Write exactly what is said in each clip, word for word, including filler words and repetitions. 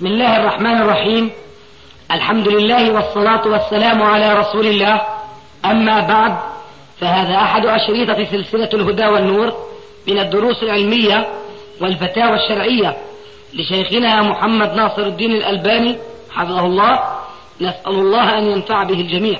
بسم الله الرحمن الرحيم. الحمد لله والصلاة والسلام على رسول الله. أما بعد، فهذا أحد أشريطة سلسلة الهدى والنور من الدروس العلمية والفتاوى الشرعية لشيخنا محمد ناصر الدين الألباني حفظه الله. نسأل الله أن ينفع به الجميع.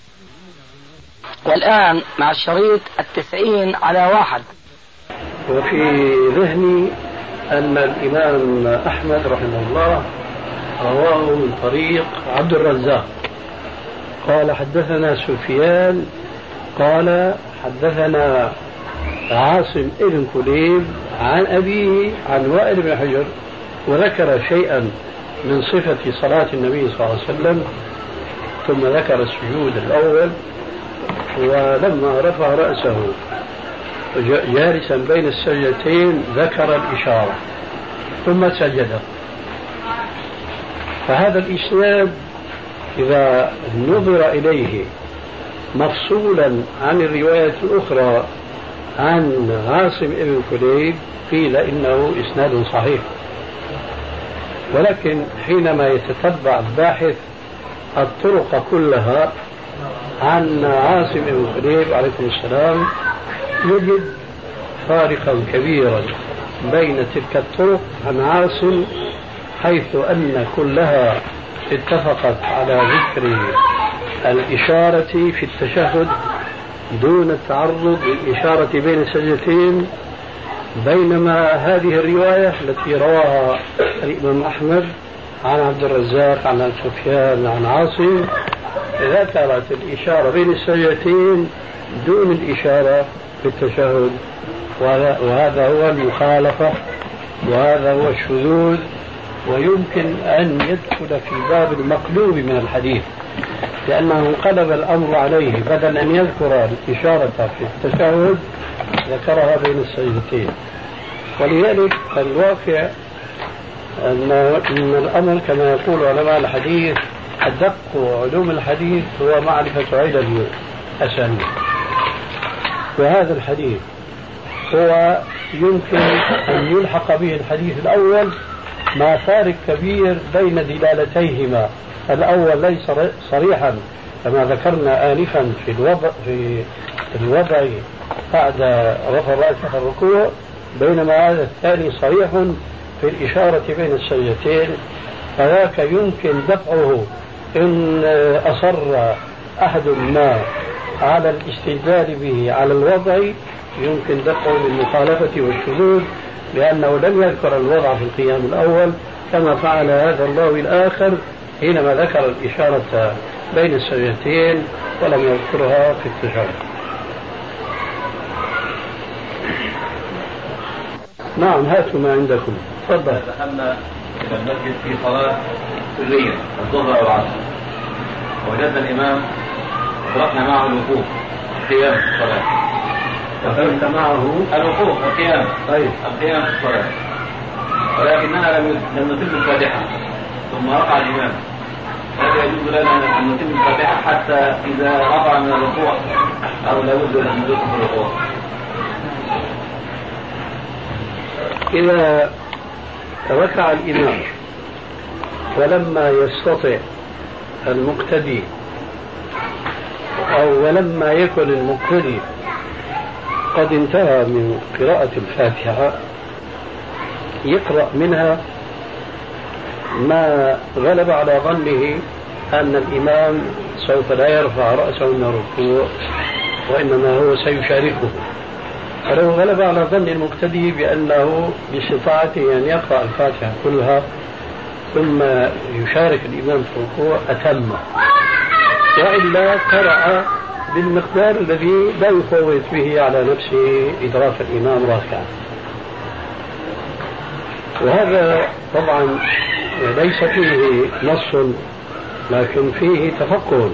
والآن مع الشريط التسعين على واحد. وفي ذهني أن الإمام أحمد رحمه الله رواه من طريق عبد الرزاق قال حدثنا سفيان قال حدثنا عاصم بن كليب عن أبيه عن وائل بن حجر، وذكر شيئا من صفة صلاة النبي صلى الله عليه وسلم، ثم ذكر السجود الأول، ولما رفع رأسه جالسا بين السجدتين ذكر الإشارة ثم سجد. فهذا الإسناد إذا نظر إليه مفصولا عن الرواية الأخرى عن عاصم بن كليب قيل إنه إسناد صحيح، ولكن حينما يتتبع الباحث الطرق كلها عن عاصم بن كليب عليكم السلام يجد فارقا كبيرا بين تلك الطرق عن عاصم، حيث أن كلها اتفقت على ذكر الإشارة في التشهد دون التعرض للإشارة بين السجدتين، بينما هذه الرواية التي رواها الإمام أحمد عن عبد الرزاق عن سفيان عن عاصم ذكرت الإشارة بين السجدتين دون الإشارة في التشهد، وهذا هو المخالفة وهذا هو الشذوذ، ويمكن أن يدخل في باب المقلوب من الحديث، لأنه انقلب الأمر عليه، بدل أن يذكر الإشارة في التشهد ذكرها بين السجدتين. ولذلك الواقع أن الأمر كما يقول علماء الحديث أدق علوم الحديث هو معرفة علل الأسانيد، وهذا الحديث هو يمكن أن يلحق به الحديث الأول مع فارق كبير بين دلالتيهما. الأول ليس صريحا كما ذكرنا آنفا في الوضع في الوضع بعد رفع الرأس في الركوع، بينما هذا الثاني صريح في الإشارة بين السجدتين، فذاك يمكن دفعه إن أصر أحد ما على الاستدلال به على الوضع، يمكن دفعه للمخالفة والشذوذ، لأنه لم يذكر الوضع في القيام الأول كما فعل هذا الراوي الآخر حينما ذكر الإشارة بين السجدتين ولم يذكرها في التشهد. نعم، هاتوا ما عندكم. تفضل. دخلنا إلى المسجد في صلاة سرية الظهر والعصر، ووجدنا الإمام أدركنا معه الوقوف قيام الصلاة. أدركت معه الوقوف القيام طيب القيام في الصلاة، ولكننا لم لم نتم الفاتحة ثم رفع الإمام. هذا يجوز لنا أن نتم الفاتحة حتى إذا رفع من الركوع، أو لا بد أن ندرك في الركوع؟ إذا ركع الإمام ولما يستطع المقتدي أو ولما يكن المقتدي قد انتهى من قراءة الفاتحة، يقرأ منها ما غلب على ظنه أن الإمام سوف لا يرفع رأسه من الركوع وإنما هو سيشاركه. فلو غلب على ظن المقتدي بأنه باستطاعته أن يقرأ الفاتحة كلها ثم يشارك الإمام في الركوع أتم، وإلا قرأ بالمقدار الذي لا يفوت به على نفسه إدراك الإمام راكعا. وهذا طبعا ليس فيه نص لكن فيه تفقه،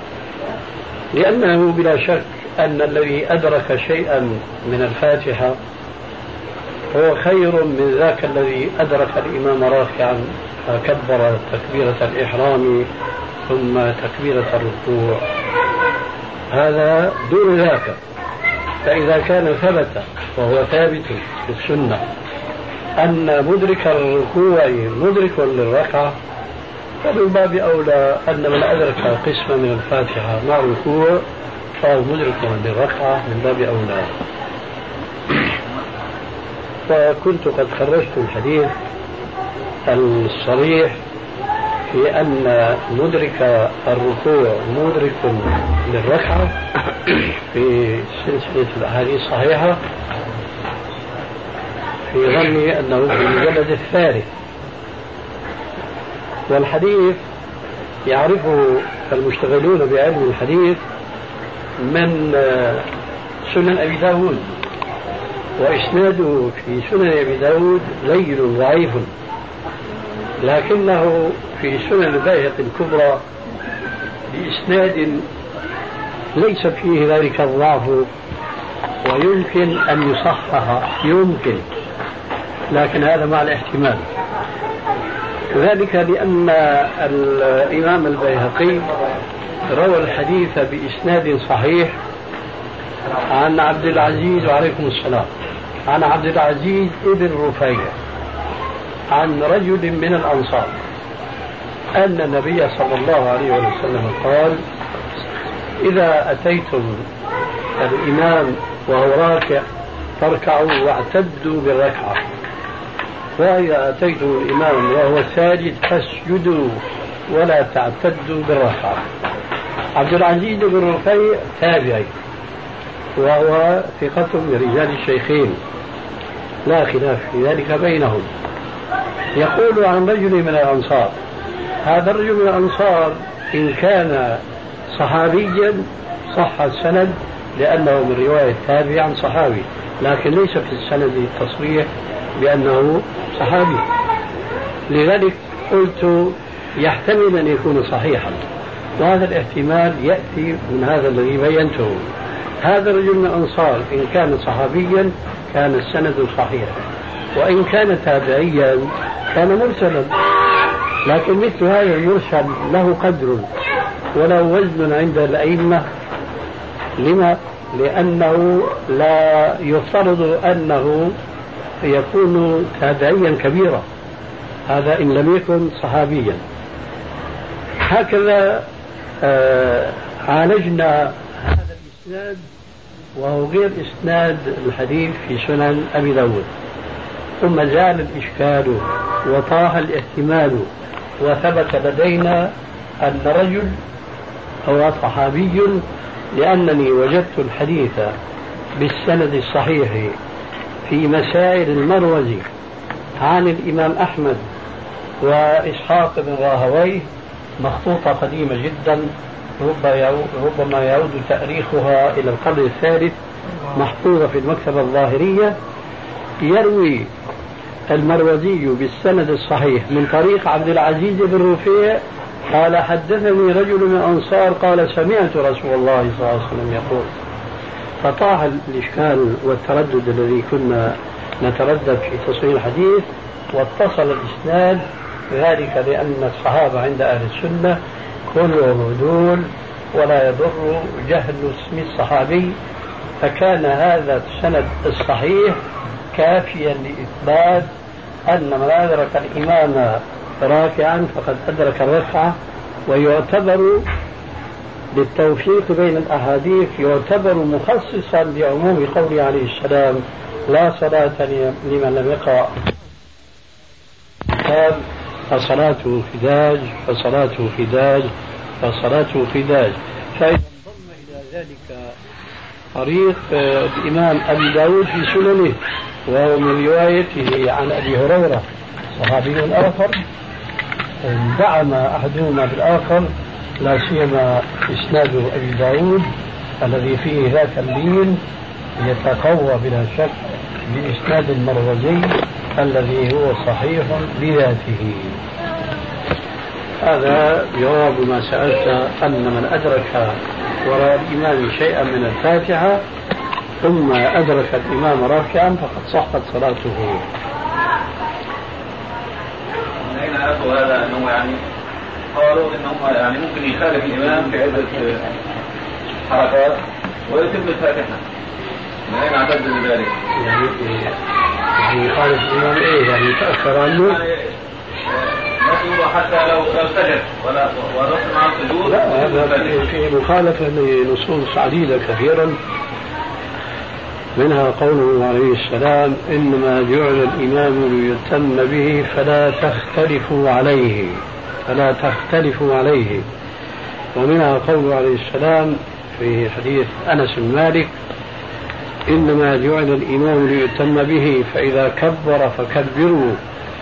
لأنه بلا شك أن الذي أدرك شيئا من الفاتحة هو خير من ذاك الذي أدرك الإمام راكعا فكبر تكبيرة الإحرام ثم تكبيرة الركوع، هذا دون ذاك. فإذا كان ثبت وهو ثابت في السنة أن مدرك الركوع مدرك للركعة، فمن باب أولى أن من أدرك قسما من الفاتحة مع الركوع فهو مدرك للركعة من باب أولى. وكنت قد خرجت الحديث الصريح في أن مدرك الركوع مدرك للركعة في سلسلة الأحاديث الصحيحة، في ظني أنه في المجلد الثالث. والحديث يعرفه المشتغلون بعلم الحديث من سنن أبي داود، وإسناده في سنن أبي داود لين ضعيف، لكنه في سنن البيهقي الكبرى بإسناد ليس فيه ذلك الضعف، ويمكن أن يصحح، يمكن، لكن هذا مع الاحتمال. وذلك لأن الإمام البيهقي روى الحديث بإسناد صحيح عن عبد العزيز وعليكم السلام عن عبد العزيز ابن رفيع عن رجل من الأنصار أن النبي صلى الله عليه وسلم قال: إذا أتيتم الإمام وهو راكع فاركعوا واعتدوا بالركعة، وإذا أتيتم الإمام وهو ساجد فاسجدوا ولا تعتدوا بالركعة. عبد العزيز بن رفيع تابعي، وهو ثقة من رجال الشيخين لا خلاف في ذلك بينهم. يقول عن رجل من الأنصار، هذا الرجل من الأنصار إن كان صحابيا صح السند لأنه من رواية تابع عن صحابي، لكن ليس في السند التصريح بأنه صحابي، لذلك قلت يحتمل أن يكون صحيحا، وهذا الاحتمال يأتي من هذا الذي بينته. هذا الرجل من الأنصار إن كان صحابيا كان السند صحيحا، وإن كان تابعيا كان مرسلا، لكن مثل هذا المرسل له قدر وله وزن عند الأئمة. لما؟ لأنه لا يفترض أنه يكون تابعيا كبيرا، هذا إن لم يكن صحابيا. هكذا آه عالجنا هذا الإسناد، وهو غير إسناد الحديث في سنن أبي داود. ثم زال الإشكال وطاح الاحتمال، وثبت لدينا أن رجل هو صحابي، لأنني وجدت الحديث بالسند الصحيح في مسائل المروزي عن الإمام أحمد وإسحاق بن راهويه مخطوطة قديمة جدا، ربما يعود تاريخها إلى القرن الثالث، محفوظة في المكتبة الظاهرية. يروي المروزي بالسند الصحيح من طريق عبد العزيز بن رفيع قال: حدثني رجل من الأنصار قال: سمعت رسول الله صلى الله عليه وسلم يقول. فطاح الإشكال والتردد الذي كنا نتردد في تصحيح الحديث، واتصل الإسناد، ذلك لأن الصحابة عند أهل السنة كلهم عدول ولا يضر جهل اسم الصحابي، فكان هذا السند الصحيح كافيا لإثبات أن من أدرك الإمام راكعا فقد أدرك الركعة، ويعتبر بالتوفيق بين الأحاديث يعتبر مخصصا بعموم قوله عليه السلام: لا صلاة لمن لم يقرأ قال فصلاته فداج فصلاته فداج فصلاته فداج. فإذا انضم إلى ذلك طريق الإمام أبي داود في سننه، وهو من روايته عن أبي هريرة صحابي آخر، دعم أحدهما بالآخر، لا سيما إسناد أبي داود الذي فيه ذاك اللين يتقوى بلا شك بإسناد المروزي الذي هو صحيح بذاته. هذا جواب ما سألت، أن من أدرك وراء الإمام شيئا من الفاتحة ثم أدرك الإمام راكعا فقد صحت صلاته. من أين عرفوا هذا؟ أنه يعني قالوا أنه يعني ممكن يخالف الإمام في عدة حركات ويتم الفاتحة. من أين اعتدوا بذلك؟ يعني يعني يخالف الإمام إيه يعني يتأخر عنه؟ حتى لو لو سجد ولا ورفع مع السجود. لا هذا في مخالفة لنصوص عديدة كثيرا، منها قوله عليه السلام إنما جعل الإمام ليتم به فلا تختلفوا عليه فلا تختلفوا عليه ومنها قوله عليه السلام في حديث أنس بن مالك إنما جعل الإمام ليتم به فإذا كبر فكبروا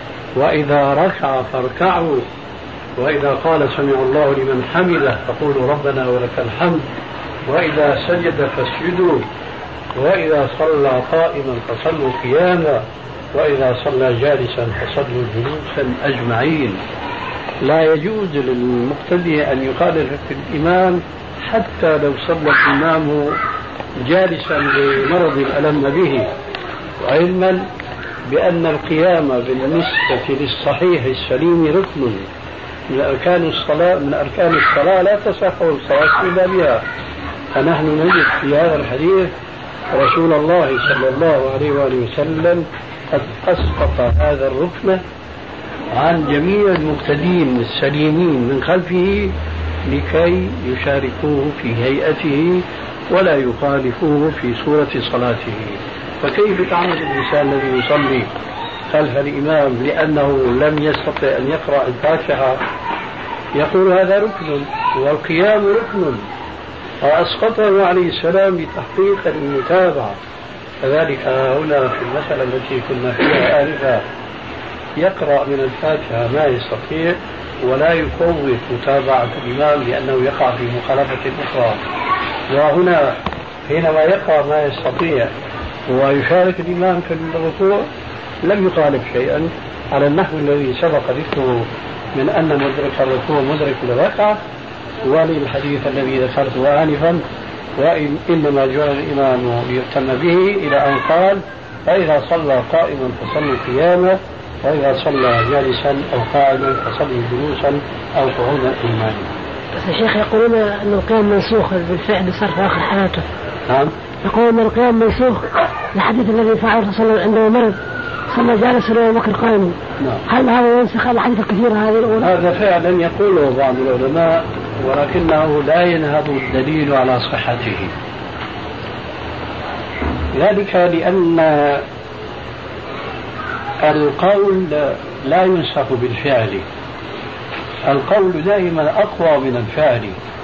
وإذا ركع فاركعوا وإذا قال سمع الله لمن حمده فقولوا ربنا ولك الحمد وإذا سجد فاسجدوا وإذا صلى قائما فصلوا قياما وإذا صلى جالسا فصلوا جلوسا أجمعين. لا يجوز للمقتدي أن يخالف الإمام حتى لو صلى الإمام جالسا لمرض ألم به، وعلما بأن القيام بالنسبة للصحيح السليم ركن من أركان الصلاة من أركان الصلاة لا تصح الصلاة إلا بها. فنحن نجد في هذا الحديث رسول الله صلى الله عليه وآله وسلم قد أسقط هذا الركن عن جميع المقتدين السليمين من خلفه لكي يشاركوه في هيئته ولا يخالفوه في صورة صلاته. فكيف يتعمد الإنسان الذي يصلي خلف الإمام لأنه لم يستطع أن يقرأ الفاتحة يقول هذا ركن والقيام ركن وأسقطه عليه السلام بتحقيق المتابعة. كذلك هنا في المسألة التي كنا فيها آنفا يقرأ من الفاتحة ما يستطيع ولا يفوت متابعة الإمام لأنه يقع في مخالفة أخرى، وهنا حينما يقرأ ما يستطيع ويشارك الإمام في الركوع لم يخالف شيئا على النحو الذي سبق ذكره من أن مدرك الركوع مدرك للركعة، وللحديث الذي ذكرته آنفا وإنما جعل الإمام ليهتم به إلى أن قال فإذا صلى قائما فصلوا قياما وإذا صلى جالسا أو قاعدا فصلوا جلوسا أو قعودا إيمانا. بس يا شيخ يقولون أن القيام منسوخ بالفعل صار في آخر حياته. نعم. يقولون أن القيام منسوخ الحديث الذي فعله صلى الله عليه وسلم عندما مرض صلى جالسا وأبو بكر قائما. نعم. هل هذا ينسخ الحديث الكثيرة هذه الأولى؟ هذا فعلا يقوله بعض العلماء ولكنه لا ينهض الدليل على صحته، ذلك لأن القول لا ينسخ بالفعل، القول دائما أقوى من الفعل،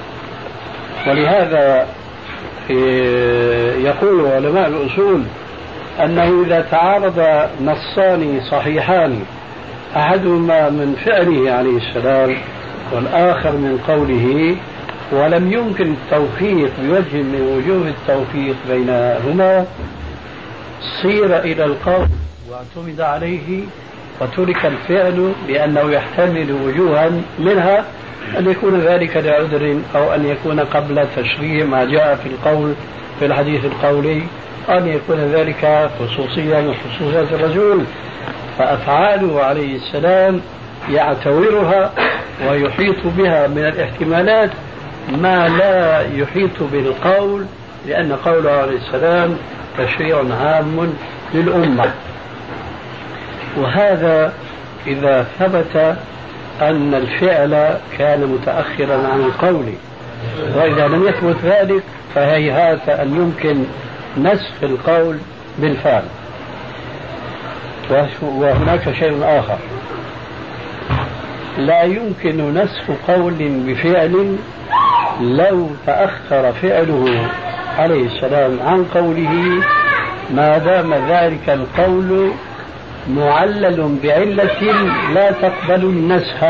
ولهذا يقول علماء الأصول أنه إذا تعارض نصان صحيحان أحدهما من فعله عليه السلام والآخر من قوله ولم يمكن التوفيق بوجه من وجوه التوفيق بينهما صير إلى القول واعتمد عليه وترك الفعل لأنه يحتمل وجوها منها أن يكون ذلك لعذر أو أن يكون قبل تشريع ما جاء في القول في الحديث القولي، أن يكون ذلك خصوصية من خصوصيات الرجل. فأفعاله عليه السلام يعتبرها ويحيط بها من الاحتمالات ما لا يحيط بالقول، لأن قوله عليه السلام تشريع عام للأمة. وهذا إذا ثبت أن الفعل كان متأخرا عن القول، وإذا لم يثبت ذلك فهيهات أن يمكن نسخ القول بالفعل. وهناك شيء آخر، لا يمكن نسخ قول بفعل لو تأخر فعله عليه السلام عن قوله ما دام ذلك القول معلل بعلة لا تقبل النسخ.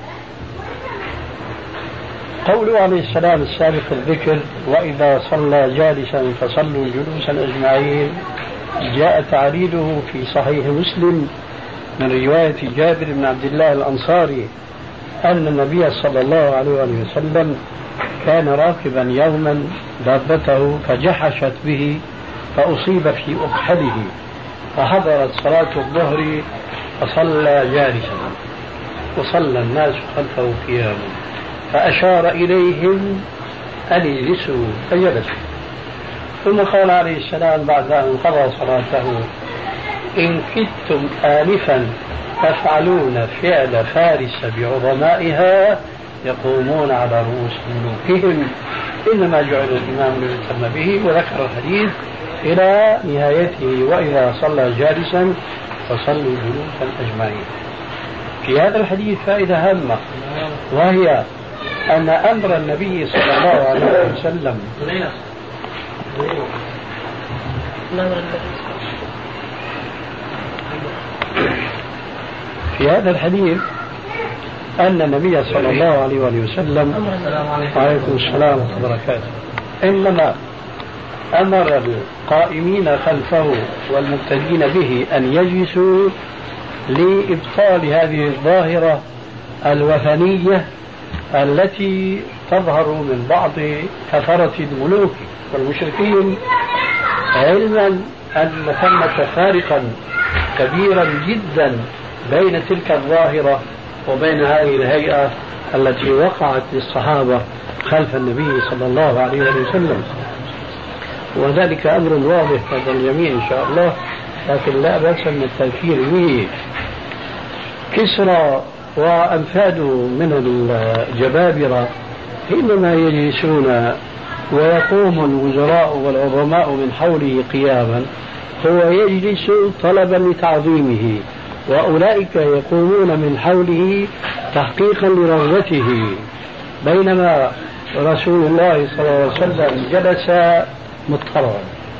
قوله عليه السلام السابق الذكر وإذا صلى جالسا فصلوا جلوسا أجمعين جاء تعليله في صحيح مسلم من رواية جابر بن عبد الله الأنصاري أن النبي صلى الله عليه وسلم كان راكبا يوما دابته فجحشت به فأصيب في أكحله فحضرت صلاة الظهر فصلى جالسا وصلى الناس خلفه قياما فأشار إليهم أن يجلسوا فجلسوا، ثم قال عليه السلام بعد أن قضى صلاته إن كدتم آنفا تفعلون فعل فارس بعظمائها يقومون على رؤوس ملوكهم إنما جعل الإمام ليتم به. وذكر الحديث إلى نهايته وإذا صلى جالسا فصلوا جلوسا أجمعين. في هذا الحديث فائدة هامة، وهي أن أمر النبي صلى الله عليه وسلم في هذا الحديث أن النبي صلى الله عليه وسلم عليكم السلام ورحمة الله وبركاته إنما أمر القائمين خلفه والمقتدين به أن يجلسوا لإبطال هذه الظاهرة الوثنية التي تظهر من بعض كفرة الملوك والمشركين، علما أن ثمة فارقا كبيرا جدا بين تلك الظاهرة وبين هذه الهيئة التي وقعت للصحابة خلف النبي صلى الله عليه وسلم. وذلك أمر واضح لدى الجميع إن شاء الله، لكن لا بأس من التذكير به. كسرى وأمثاله من الجبابرة حينما يجلسون ويقوم الوزراء والعظماء من حوله قياما هو يجلس طلبا لتعظيمه، وأولئك يقومون من حوله تحقيقا لرغبته، بينما رسول الله صلى الله عليه وسلم جلس مضطرا،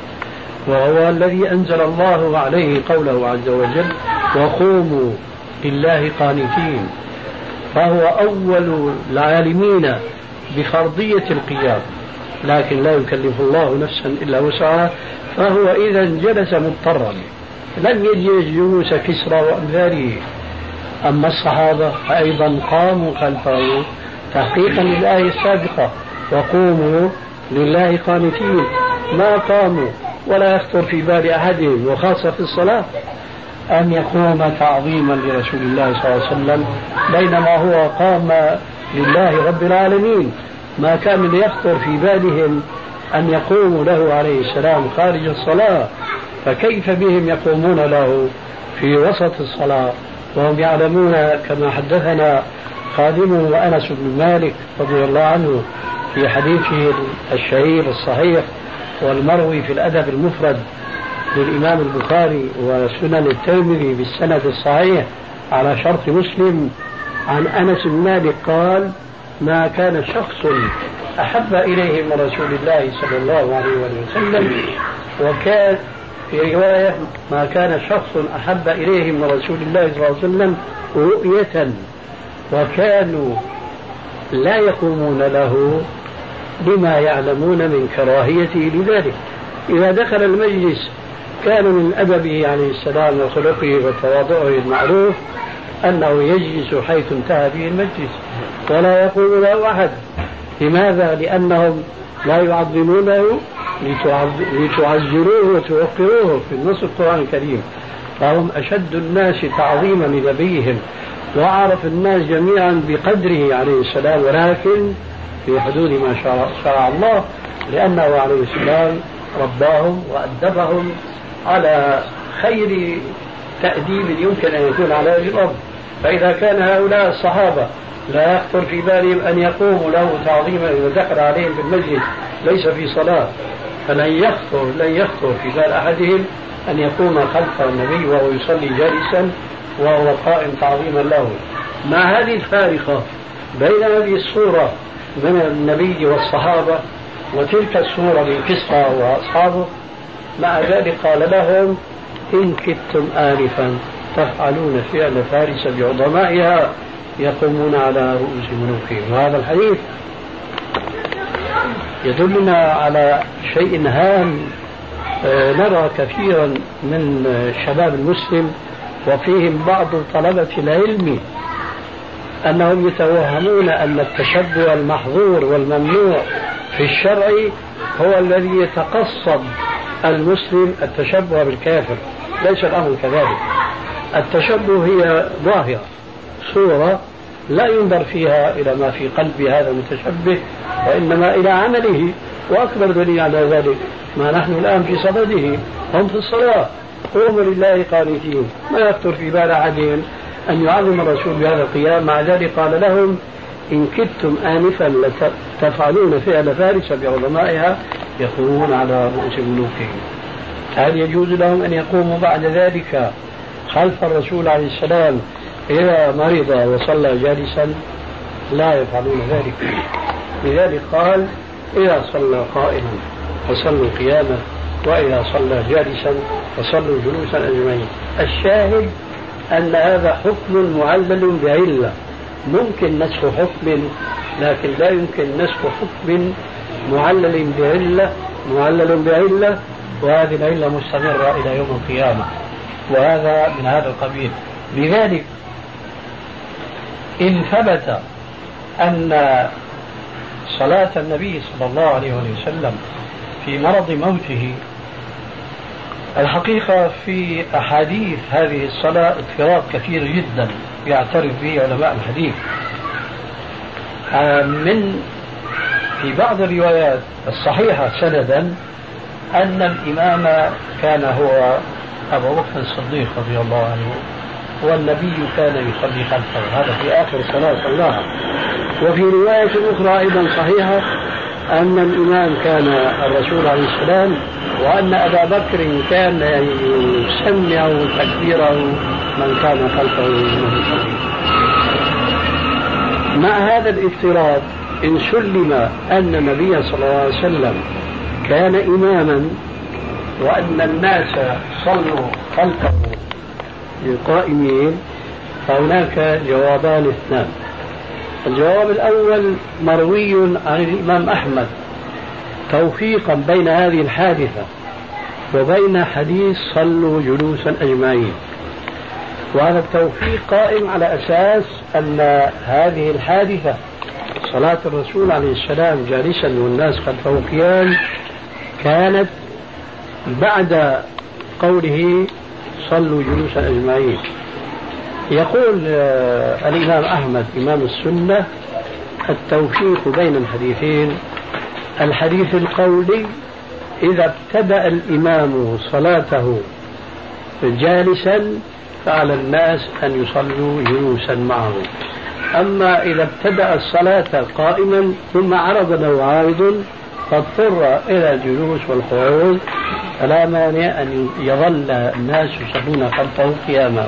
وهو الذي أنزل الله عليه قوله عز وجل وقوموا لله قانتين، فهو أول العالمين بفرضية القيام، لكن لا يكلف الله نفسا إلا وسعها، فهو إذا جلس مضطرا لم يجلس جلوس كسرى وأمثاله. أما الصحابة أيضا قاموا خلفه تحقيقا للآية السابقة وقوموا لله قانتين، ما قاموا ولا يخطر في بال أحدهم وخاصة في الصلاة أن يقوم تعظيما لرسول الله صلى الله عليه وسلم، بينما هو قام لله رب العالمين. ما كان ليخطر في بالهم أن يقوموا له عليه السلام خارج الصلاة، فكيف بهم يقومون له في وسط الصلاة وهم يعلمون كما حدثنا خادمه أنس بن مالك رضي الله عنه في حديثه الشهير الصحيح والمروي في الأدب المفرد للإمام البخاري وسنن الترمذي بالسند الصحيح على شرط مسلم عن أنس بن مالك قال ما كان شخص أحب إليه من رسول الله صلى الله عليه وسلم، وكان في رواية ما كان شخص أحب إليه من رسول الله صلى الله عليه وسلم رؤية، وكانوا لا يقومون له بما يعلمون من كراهيته لذلك. إذا دخل المجلس كان من أدبه عليه السلام وخلقه وتواضعه المعروف أنه يجلس حيث انتهى به المجلس ولا يقوم له أحد. لماذا؟ لأنهم لا يعظمونه لتعزروه وتوقروه في النص القرآن الكريم، فهم أشد الناس تعظيما لنبيهم وعرف الناس جميعا بقدره عليه السلام، ولكن في حدود ما شرع الله، لأنه عليه السلام رباهم وأدبهم على خير تأديب يمكن أن يكون على وجه الأرض. فإذا كان هؤلاء الصحابة لا يخطر في بالهم أن يقوموا له تعظيما إذا دخل عليهم في المسجد ليس في صلاة، فلن يخطر لن يخطر في بال أحدهم أن يقوم خلف النبي وهو يصلي جالسا وهو قائم تعظيما له. مع هذه الفارقة بين هذه الصورة من النبي والصحابة وتلك الصورة لكسرى وأصحابه، مع ذلك قال لهم إن كدتم آنفا تفعلون فعل فارس بعظمائها يقومون على رؤوس ملوكهم. وهذا الحديث يدلنا على شيء هام نرى كثيرا من شباب المسلم وفيهم بعض طلبة العلم أنهم يتوهمون أن التشبه المحظور والممنوع في الشرع هو الذي يتقصد المسلم التشبه بالكافر. ليس الأمر كذلك. التشبه هي ظاهرة صورة لا ينظر فيها إلى ما في قلب هذا المتشبه وإنما إلى عمله. وأكبر دليل على ذلك ما نحن الآن في صدده، هم في الصلاة قوموا لله قانتين. ما يخطر في بال أحد أن يعظم الرسول بهذا القيام. مع ذلك قال لهم إن كدتم آنفا تفعلون فعل فارس بعظمائها يقومون على رؤوس ملوكهم. هل يجوز لهم أن يقوموا بعد ذلك خلف الرسول عليه السلام إذا مرض وصلى جالسا؟ لا يفعلون ذلك. لذلك قال إذا صلى قائما فصلوا قياما، وإذا صلى جالسا فصلوا جلوسا أجمعين. الشاهد أن هذا حكم معلل بعلة، ممكن نسخ حكم لكن لا يمكن نسخ حكم معلل بعلة معلل بعلة وهذه العلة مستمرة إلى يوم القيامة، وهذا من هذا القبيل. لذلك إن ثبت أن صلاة النبي صلى الله عليه وسلم في مرض موته، الحقيقة في أحاديث هذه الصلاة اضطراب كثير جدا يعترف به علماء الحديث. من في بعض الروايات الصحيحة سندا أن الإمام كان هو أبو بكر الصديق رضي الله عنه والنبي كان يصلي خلفه، هذا في آخر صلاة صلاها. وفي رواية أخرى أيضا صحيحة أن الإمام كان الرسول عليه السلام وأن أبا بكر كان يسمع تكبيره من كان خلفه من يصلي. مع هذا الاضطراب إن سلم أن النبي صلى الله عليه وسلم كان إماما وأن الناس صلوا خلفه قائمين، فهناك جوابان اثنان. الجواب الأول مروي عن الإمام أحمد توفيقا بين هذه الحادثة وبين حديث صلوا جلوسا أجمعين، وهذا التوفيق قائم على أساس أن هذه الحادثة صلاة الرسول عليه السلام جالسا والناس خلفه قيام كانت بعد قوله صلوا جلوسا أجمعين. يقول آه الإمام أحمد إمام السنة التوفيق بين الحديثين: الحديث القولي إذا ابتدأ الإمام صلاته جالسا فعلى الناس أن يصلوا جلوسا معه، أما إذا ابتدأ الصلاة قائما ثم عرض له عارض فاضطر إلى الجلوس والقعود فلا مانع أن يظل الناس يصلون خلفه قياما.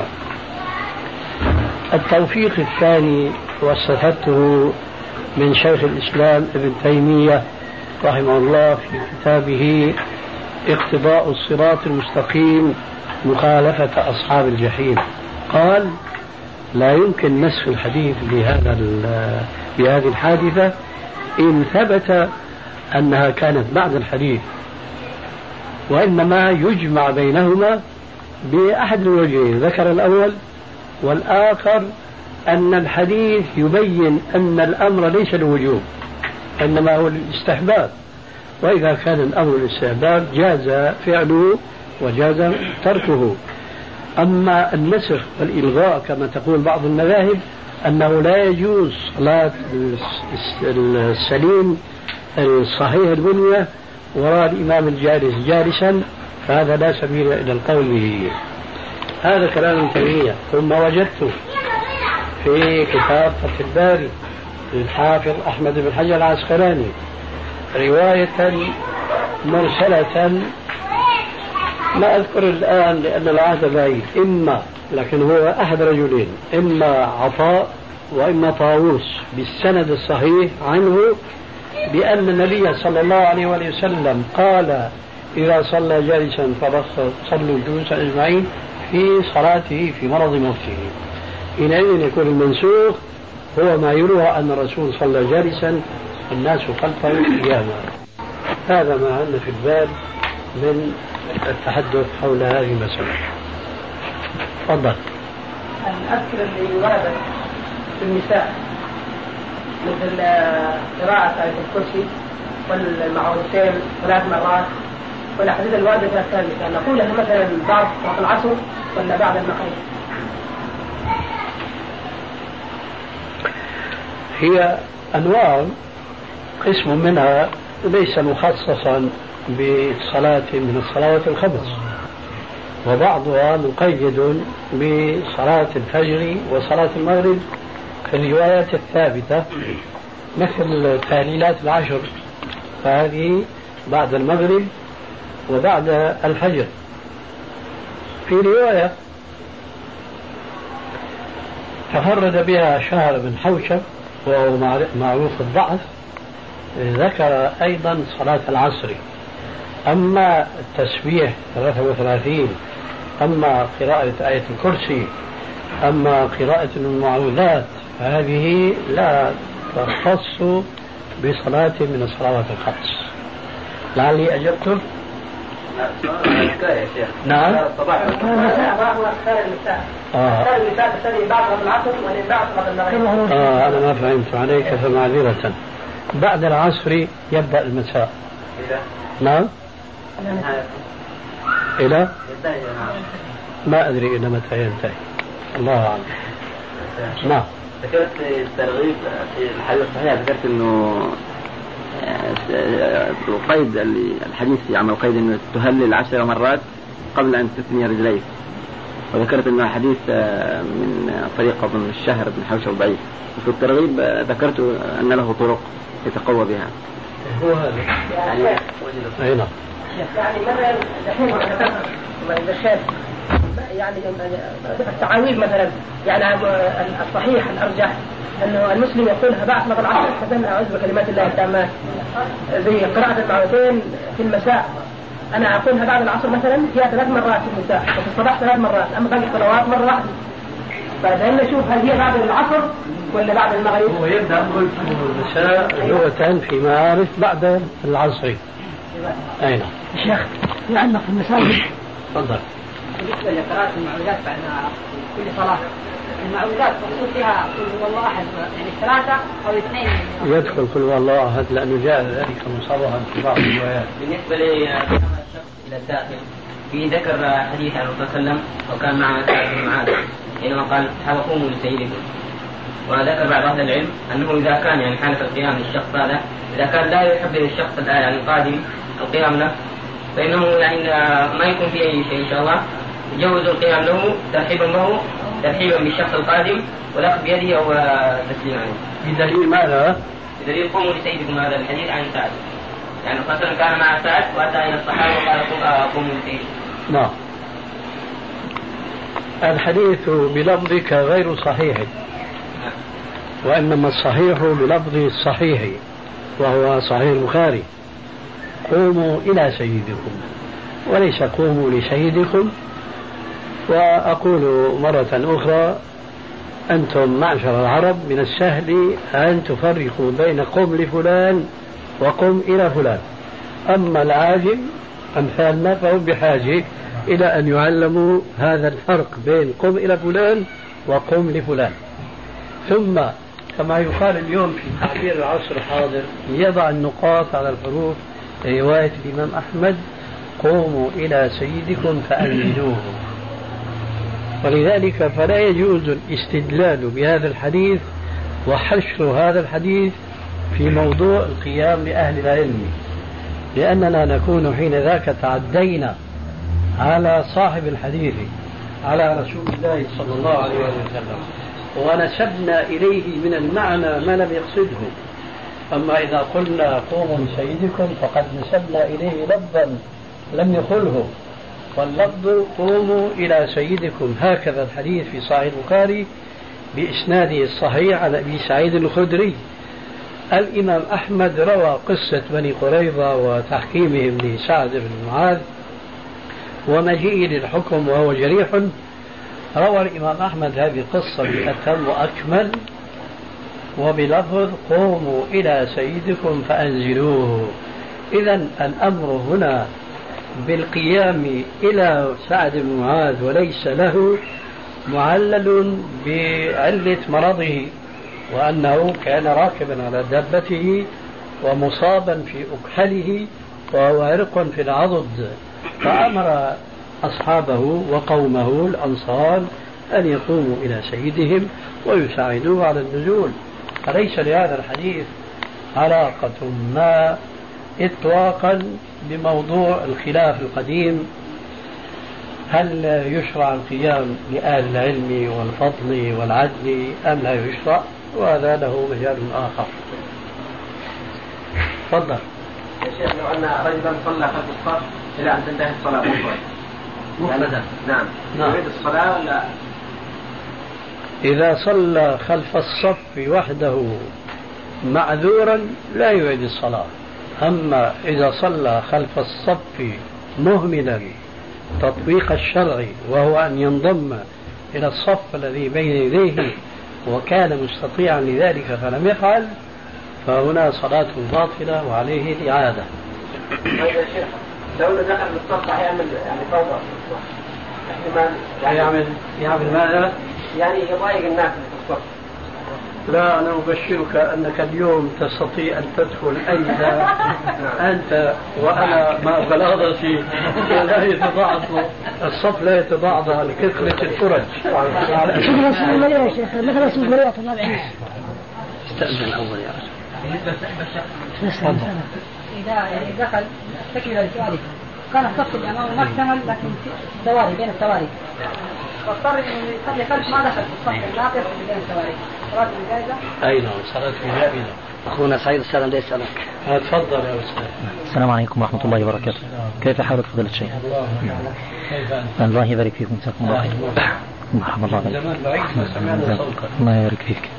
التوفيق الثاني واستفدته من شيخ الإسلام ابن تيمية رحمه الله في كتابه اقتضاء الصراط المستقيم مخالفة أصحاب الجحيم. قال لا يمكن نسخ الحديث بهذا بهذه الحادثة إن ثبت أنها كانت بعد الحديث، وإنما يجمع بينهما بأحد الوجهين، ذكر الأول والآخر أن الحديث يبين أن الأمر ليس الوجوب إنما هو الاستحباب، وإذا كان الأمر الاستحباب جاز فعله وجاز تركه. أما النسخ والإلغاء كما تقول بعض المذاهب أنه لا يجوز صلاة السليم الصحيح البنية وراء الإمام الجالس جالسا، فهذا لا سبيل إلى القول به. هذا كلام ابن تيمية. ثم وجدت في كتاب فتح الباري للحافظ أحمد بن حجر العسقلاني رواية مرسلة ما أذكر الآن لأن العهد بعيد، إما لكن هو أحد رجلين، إما عطاء وإما طاووس بالسند الصحيح عنه بأن النبي صلى الله عليه وسلم قال إذا صلى جالسا فصلوا جلوسا أجمعين في صلاته في مرض موته. حينئذ يكون المنسوخ هو ما يروى أن الرسول صلى جالسا الناس خلفه قياما. هذا ما عندنا في الباب من التحدث حول هذه المسألة. تفضل. الأذكرة اللي وردت في النساء مثل قراءة آية الكرسي والمعوذتين ثلاث مرات والأحاديث الواردة في الثالثة نقولها مثلا بعد صلاة العصر ولا بعد المغرب؟ هي أنواع، قسم منها ليس مخصصا بصلاة من الصلوات الخمس، وبعضها مقيد بصلاة الفجر وصلاة المغرب في الروايات الثابتة مثل تهليلات العشر، فهذه بعد المغرب وبعد الفجر. في رواية تفرد بها شهر بن حوشب وهو معروف الضعف، ذكر أيضا صلاة العصر. أما التسبيح ثلاثة وثلاثين، أما قراءة آية الكرسي، أما قراءة المعوذات، هذه لا تختص بصلاة من الصلوات الخمس. لعلي أجبتم؟ نعم. الصباح والمساء واختار المساء. اختار المساء تسلي بعد صلاة العصر ولا بعد صلاة المغرب؟ آه أنا ما فهمت عليك فمعذرة. بعد العصر يبدأ المساء. إلى؟ نعم. إلى؟ ما أدري إلى متى ينتهي، الله أعلم. نعم. ذكرت الترغيب في الحديث الصحيح، ذكرت إنه القيد الحديث يعمل قيد إنه تهلل عشر مرات قبل أن تثني رجليك، وذكرت إنه حديث من طريق ابن الشهر بن حوشب ضعيف. وفي الترغيب ذكرت أن له طرق يتقوى بها. هو هذا يعني أي نعم. يعني مثلا الحين الشاذ يعني التعاويذ مثلا، يعني الصحيح الأرجح أنه المسلم يقولها بعد صلاة العصر حسن أعوذ بكلمات الله التامات، زي قراءة المعوذتين في المساء أنا أقولها بعد العصر مثلا فيها ثلاث مرات في المساء وفي الصباح ثلاث مرات، أما باقي الصلوات مرة واحدة. فإذا نشوف هل هي بعد العصر ولا بعد المغرب؟ هو يبدأ قلت المساء لغة في معارف بعد العصر. أين؟ شيخ في عندنا في المساجد. تفضل. بالنسبة لقراءة المعوذات بعد كل صلاة، المعوذات مقصود فيها قل هو الله أحد، يعني ثلاثة أو اثنين. يدخل قل هو الله أحد لأنه جاء ذلك مصرحا في بعض الروايات. بالنسبة للشخص إلى الداخل، في ذكر حديث عن الرسول صلى الله عليه وسلم وكان معه سعد بن معاذ حينما قال حلقوموا لسيدكم. وذكر بعض أهل العلم أنه إذا كان يعني حالة القيام للشخص هذا إذا كان لا يحب للشخص يعني القادم القيام له، فإنه يعني ما يكون في أي شيء إن شاء الله يجوز القيام له ترحيبا له ترحيبا بالشخص القادم والأخذ بيده أو تسليما عليه. بدليل ماذا؟ بدليل قوموا لسيدكم، هذا الحديث عن سعد، يعني مثلا كان مع سعد وأتى إلى الصحابة وقال قوموا لسيدكم. نعم. الحديث بلفظك غير صحيح، وإنما الصحيح بلفظ الصحيح وهو صحيح البخاري: قوموا إلى سيدكم، وليس قوموا لسيدكم. وأقول مرة أخرى: أنتم معشر العرب من السهل أن تفرقوا بين قم لفلان وقم إلى فلان، أما العاجم أمثالنا فهم بحاجة إلى أن يعلموا هذا الفرق بين قم إلى فلان وقم لفلان. ثم كما يقال اليوم في تعبير العصر الحاضر يضع النقاط على الحروف رواية الإمام أحمد: قوموا إلى سيدكم فأنزلوه. ولذلك فلا يجوز الاستدلال بهذا الحديث وحشر هذا الحديث في موضوع القيام لأهل العلم، لأننا نكون حين ذاك تعدينا على صاحب الحديث، على رسول الله صلى الله عليه وسلم، ونسبنا إليه من المعنى ما لم يقصده. أما إذا قلنا قوموا لسيدكم فقد نسبنا إليه لفظا لم يقله، واللفظ قوموا إلى سيدكم. هكذا الحديث في صحيح البخاري بإسناده الصحيح عن أبي سعيد الخدري. الإمام أحمد روى قصة بني قريظة وتحكيمهم لسعد بن معاذ ومجيء للحكم وهو جريح. روى الإمام أحمد هذه القصة بأتم وأكمل وبلفظ قوموا إلى سيدكم فأنزلوه. إذن الأمر هنا بالقيام إلى سعد بن معاذ وليس له معلل بعلة مرضه، وأنه كان راكبا على دابته ومصابا في أكحله وهو عرق في العضد، فأمر أصحابه وقومه الأنصار أن يقوموا إلى سيدهم ويساعدوه على النزول. فليس لهذا الحديث علاقة ما إطلاقا بموضوع الخلاف القديم هل يشرع القيام لأهل العلم والفضل والعدل أم لا يشرع؟ وهذا له مجال آخر. تفضل. يا شيخ لو أن رجلا صلى خلف الصف إلى أن تنتهي الصلاة مفردا. مفردا. نعم. نعم. يريد الصلاة ولا؟ إذا صلى خلف الصف وحده معذورا لا يعيد الصلاة. أما إذا صلى خلف الصف مهملا تطبيق الشرع وهو أن ينضم إلى الصف الذي بين يديه وكان مستطيعا لذلك فلم يفعل فهنا صلاة باطلة وعليه الإعادة. طيب يا شيخ لو دخل بالصف هيعمل يعني فوضى احتمال يعني يعمل يعمل ماذا؟ يعني يضايق الناس اللي في الصف. لا أنا أبشرك أنك اليوم تستطيع أن تدخل أين أنت وأنا مع بلاغتي لا يتضاعف الصف لا يتضاعف لكثرة الفرج. مثل الصف المليء يا شيخ مثل الصف المليء طلاب عيش. استأذن أول يا رجل. بالنسبة للشخص إذا يعني دخل تكمل السؤال كان الصف اللي أمامه ما اكتمل لكن تواري بين التواري واضطر إنه يصلي خلف ما دخل في الصف الناقص اللي بين التواري صلاة جائزة؟ أي نعم صلاة جائزة. أخونا سعيد السلام ده يسألك. تفضل يا أستاذ. السلام عليكم ورحمة الله وبركاته. كيف حالك فضيلة الشيخ؟ الله يبارك فيكم جزاكم الله خير. مرحبا الله بك. الله يبارك فيك.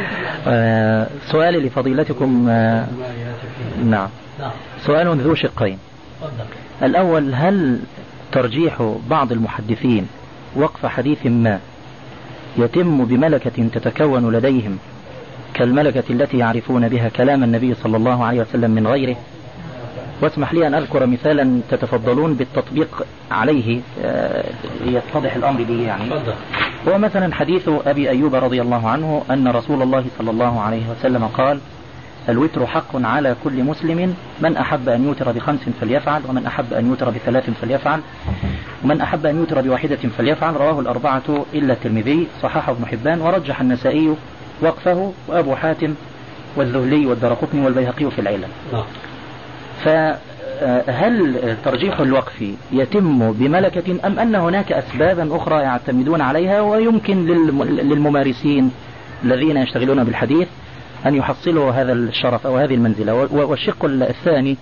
آه سؤالي لفضيلتكم آه نعم سؤال ذو شقين. الأول هل ترجيح بعض المحدثين وقف حديث ما يتم بملكة تتكون لديهم كالملكة التي يعرفون بها كلام النبي صلى الله عليه وسلم من غيره؟ واسمح لي أن أذكر مثالا تتفضلون بالتطبيق عليه يتضح الأمر به يعني. هو مثلا حديث أبي أيوب رضي الله عنه أن رسول الله صلى الله عليه وسلم قال الوتر حق على كل مسلم من أحب أن يوتر بخمس فليفعل ومن أحب أن يوتر بثلاث فليفعل ومن أحب أن يوتر بواحدة فليفعل. رواه الأربعة إلا الترمذي صححه ابن حبان ورجح النسائي وقفه وأبو حاتم والذهلي والدرقطني والبيهقي في العلل. فهل ترجيح الوقف يتم بملكة أم أن هناك أسبابا أخرى يعتمدون عليها ويمكن للممارسين الذين يشتغلون بالحديث أن يحصلوا هذا الشرف أو هذه المنزلة؟ والشق الثاني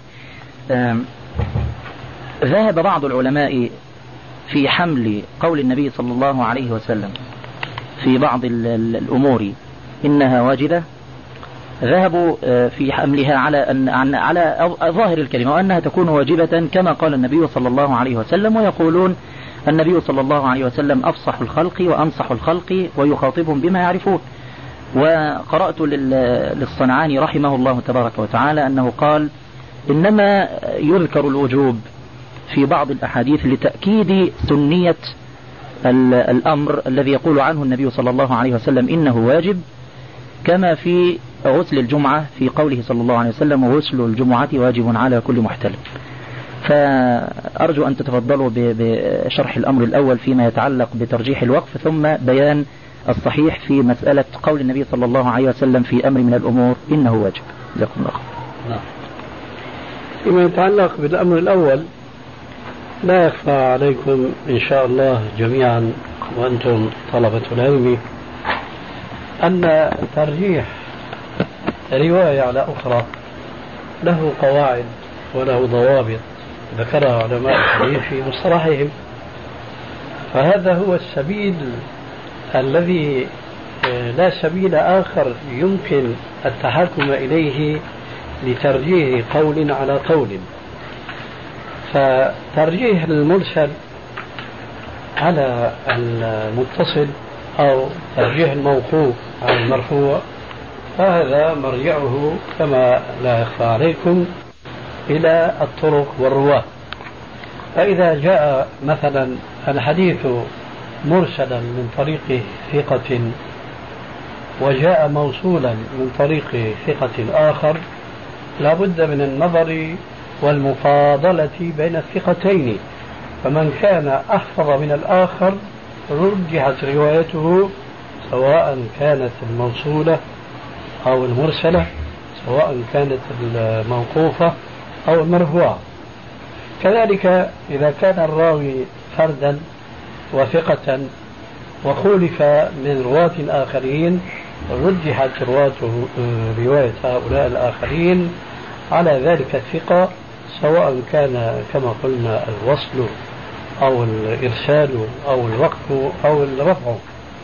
ذهب بعض العلماء في حمل قول النبي صلى الله عليه وسلم في بعض الأمور إنها واجبة، ذهبوا في حملها على أن على ظاهر الكلمة وأنها تكون واجبة كما قال النبي صلى الله عليه وسلم، ويقولون النبي صلى الله عليه وسلم أفصح الخلق وأنصح الخلق ويخاطبهم بما يعرفون. وقرأت للصنعاني رحمه الله تبارك وتعالى أنه قال إنما يذكر الوجوب في بعض الأحاديث لتأكيد سنية الأمر الذي يقول عنه النبي صلى الله عليه وسلم إنه واجب، كما في غسل الجمعة في قوله صلى الله عليه وسلم وغسل الجمعة واجب على كل محتلم. فأرجو أن تتفضلوا بشرح الأمر الأول فيما يتعلق بترجيح الوقف ثم بيان الصحيح في مسألة قول النبي صلى الله عليه وسلم في أمر من الأمور إنه واجب. جزاكم الله خير. فيما يتعلق بالأمر الأول لا يخفى عليكم إن شاء الله جميعا وأنتم طلبة العلم أن ترجيح رواية على أخرى له قواعد وله ضوابط ذكرها علماء الحديث في مصطلحهم، فهذا هو السبيل الذي لا سبيل آخر يمكن التحكم إليه لترجيح قول على قول. فترجيح المرسل على المتصل أو ترجيح الموقوف على المرفوع فهذا مرجعه كما لا يخفى عليكم إلى الطرق والرواة. فإذا جاء مثلا الحديث مرسلا من طريق ثقة وجاء موصولا من طريق ثقة آخر لا بد من النظر والمفاضلة بين الثقتين، فمن كان أحفظ من الآخر رجحت روايته سواء كانت الموصولة أو المرسلة، سواء كانت الموقوفة أو المرفوعة. كذلك إذا كان الراوي فردا وثقة وخولف من رواة آخرين رجحت رواته رواية هؤلاء الآخرين على ذلك الثقة، سواء كان كما قلنا الوصل أو الإرسال أو الوقف أو الرفع.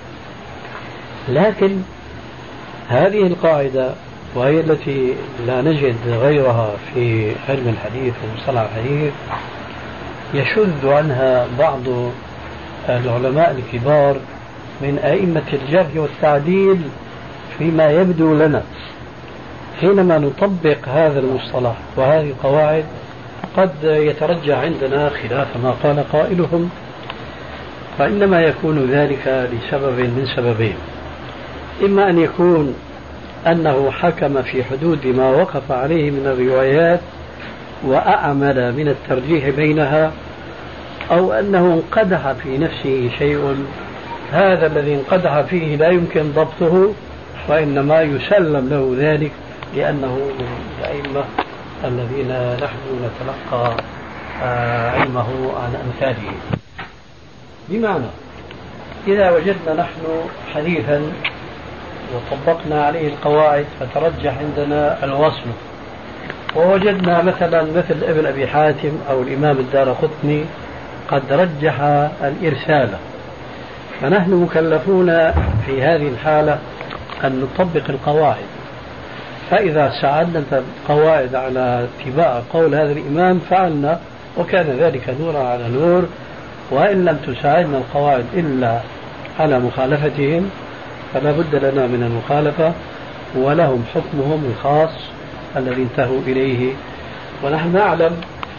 لكن هذه القاعدة، وهي التي لا نجد غيرها في علم الحديث ومصطلح الحديث، يشذ عنها بعض العلماء الكبار من أئمة الجرح والتعديل فيما يبدو لنا. حينما نطبق هذا المصطلح وهذه القواعد قد يترجح عندنا خلاف ما قال قائلهم، فإنما يكون ذلك لسبب من سببين: إما أن يكون أنه حكم في حدود ما وقف عليه من الروايات وأعمل من الترجيح بينها، أو أنه انقدح في نفسه شيء، هذا الذي انقدح فيه لا يمكن ضبطه، وإنما يسلم له ذلك لأنه من الأئمة الذين نحن نتلقى علمه عن أمثاله. بمعنى إذا وجدنا نحن حديثا وطبقنا عليه القواعد فترجح عندنا الوصل، ووجدنا مثلا مثل ابن أبي حاتم أو الإمام الدارقطني قد رجح الإرسال، فنحن مكلفون في هذه الحالة أن نطبق القواعد. فإذا ساعدنا القواعد على اتباع قول هذا الإمام فعلنا، وكان ذلك نورا على نور. وإن لم تساعدنا القواعد إلا على مخالفتهم فلا بد لنا من المخالفة، ولهم حكمهم الخاص الذي انتهوا إليه. ونحن نعلم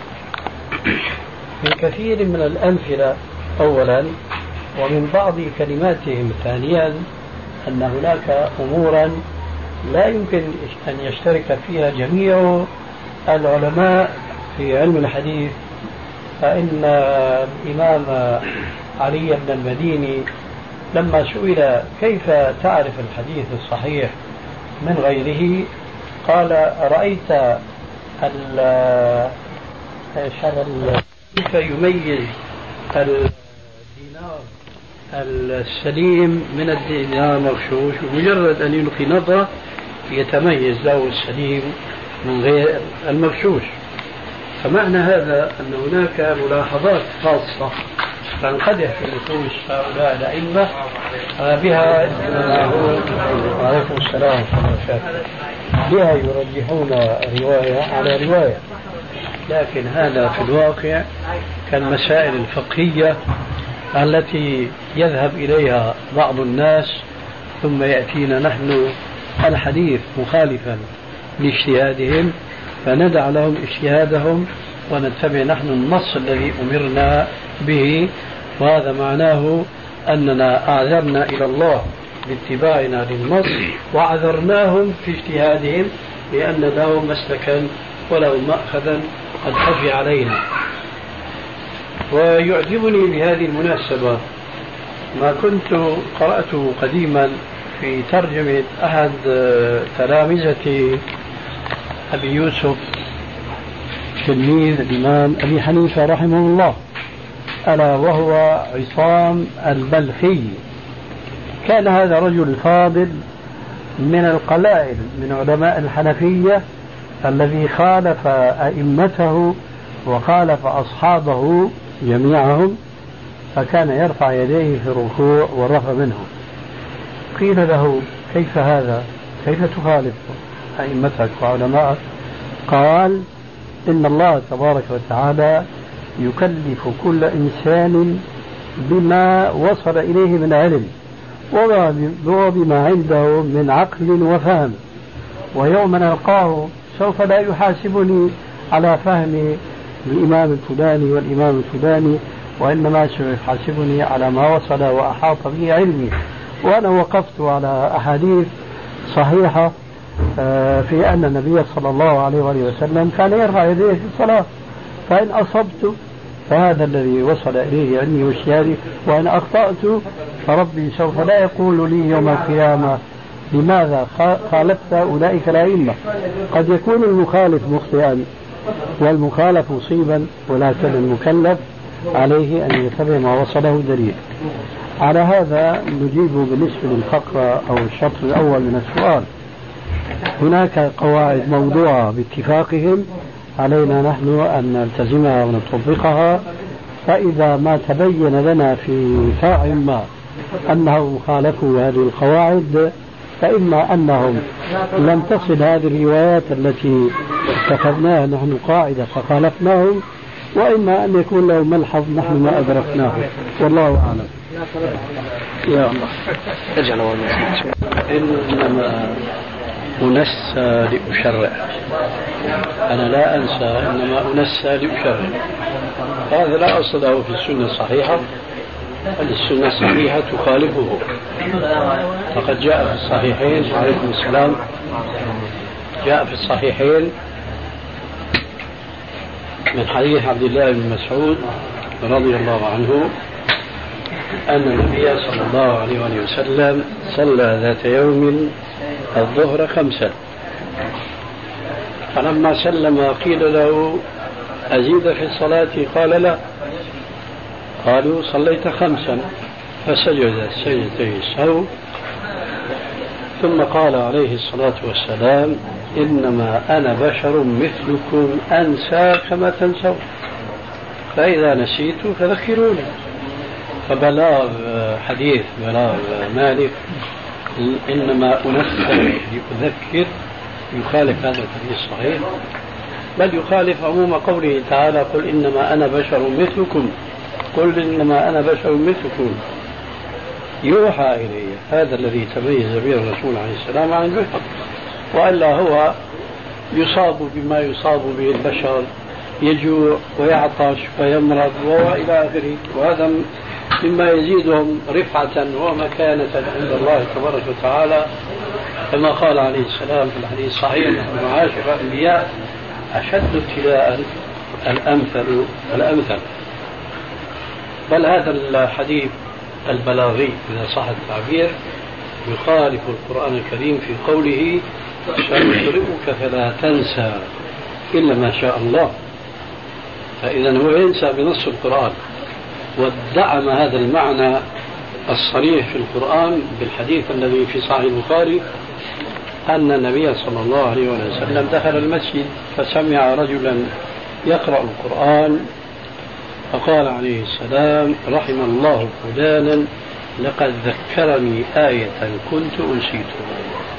من كثير من الأمثلة أولا، ومن بعض كلماتهم ثانيا، أن هناك أمورا لا يمكن أن يشترك فيها جميع العلماء في علم الحديث. فإن الإمام علي بن المديني لما سئل كيف تعرف الحديث الصحيح من غيره قال: رأيت كيف يميز الدينار السليم من الدينار المغشوش، بمجرد أن يلقي نظرة يتميز له السليم من غير المغشوش. فمعنى هذا أن هناك ملاحظات خاصة تنقدح في نفوس هؤلاء الأئمة بها وعليكم السلام بها يرجحون رواية على رواية. لكن هذا في الواقع كالمسائل الفقهية التي يذهب إليها بعض الناس ثم يأتينا نحن الحديث مخالفا لاجتهادهم فندع لهم اجتهادهم ونتبع نحن النص الذي أمرنا به. وهذا معناه أننا أعذرنا إلى الله باتباعنا للنص وعذرناهم في اجتهادهم لأن لهم مسلكا ولهم مأخذا قد خفي علينا. ويعجبني بهذه المناسبة ما كنت قرأته قديما في ترجمة أحد تلامذة أبي يوسف تلميذ الإمام أبي حنيفة رحمه الله، ألا وهو عصام البلخي. كان هذا رجل فاضل من القلائل من علماء الحنفية الذي خالف أئمته وخالف أصحابه جميعهم، فكان يرفع يديه في الركوع والرفع منه. قيل له: كيف هذا؟ كيف تخالف أئمتك وعلماءك؟ قال: إن الله تبارك وتعالى يكلف كل إنسان بما وصل إليه من علم وبما عنده من عقل وفهم، ويوم نلقاه سوف لا يحاسبني على فهم الإمام الفلاني والإمام الفلاني، وإنما سيحاسبني على ما وصل وأحاط به علمي. وأنا وقفت على أحاديث صحيحة في أن النبي صلى الله عليه وسلم كان يرفع يديه في الصلاة، فإن أصبت فهذا الذي وصل إليه علمي واجتهادي، وإن أخطأت فربي سوف لا يقول لي يوم القيامة لماذا خالفت أولئك الأئمة. قد يكون المخالف مخطئا والمخالف مصيبا، ولكن المكلف عليه أن يتبع ما وصله دليل. على هذا نجيب بالنسبة للفقرة أو الشطر الأول من السؤال. هناك قواعد موضوعة باتفاقهم، علينا نحن أن نلتزمها ونطبقها، فإذا ما تبين لنا في فرع ما أنهم خالفوا هذه القواعد، فإما أنهم لم تصل هذه الروايات التي اتخذناها نحن قاعدة فخالفناهم، وإما أن يكون لهم ملحظ نحن ما أدركناه، والله أعلم. يا الله ارجع لأول إنما أنسى لأشرع، أنا لا أنسى إنما أنسى لأشرع. هذا لا أصل له في السنة الصحيحة، السنة الصحيحة تخالفه. فقد جاء في الصحيحين، عليكم السلام، جاء في الصحيحين من حديث عبد الله بن مسعود رضي الله عنه أن النبي صلى الله عليه وسلم صلى ذات يوم الظهر خمسا، فلما سلم قيل له أزيد في الصلاة؟ قال لا. قالوا صليت خمسا، فسجد سجدتي السهو، ثم قال عليه الصلاة والسلام إنما أنا بشر مثلكم أنسى كما تنسون، فإذا نسيت فذكروني. فبلاغ حديث بلاغ مالك إنما أنسى لأذكر يخالف هذا الحديث الصحيح، بل يخالف عموم قوله تعالى قل إنما أنا بشر مثلكم، قل إنما أنا بشر مثلكم يوحى إلي. هذا الذي تميز به الرسول عليه السلام عن البشر، وإلا هو يصاب بما يصاب به البشر، يجوع ويعطش ويمرض وإلى آخره، وهذا مما يزيدهم رفعة ومكانة عند الله تبارك وتعالى، كما قال عليه السلام في الحديث الصحيح نحن معاشر الأنبياء أشد ابتلاء الأمثل الأمثل. بل هذا الحديث البلاغي إذا صح التعبير يخالف القرآن الكريم في قوله سنقرئك فلا تنسى إلا ما شاء الله. فإذا هو ينسى بنص القرآن، ودعم هذا المعنى الصريح في القرآن بالحديث الذي في صحيح البخاري أن النبي صلى الله عليه وسلم دخل المسجد فسمع رجلا يقرأ القرآن فقال عليه السلام رحم الله فلانا لقد ذكرني آية كنت أنسيتها.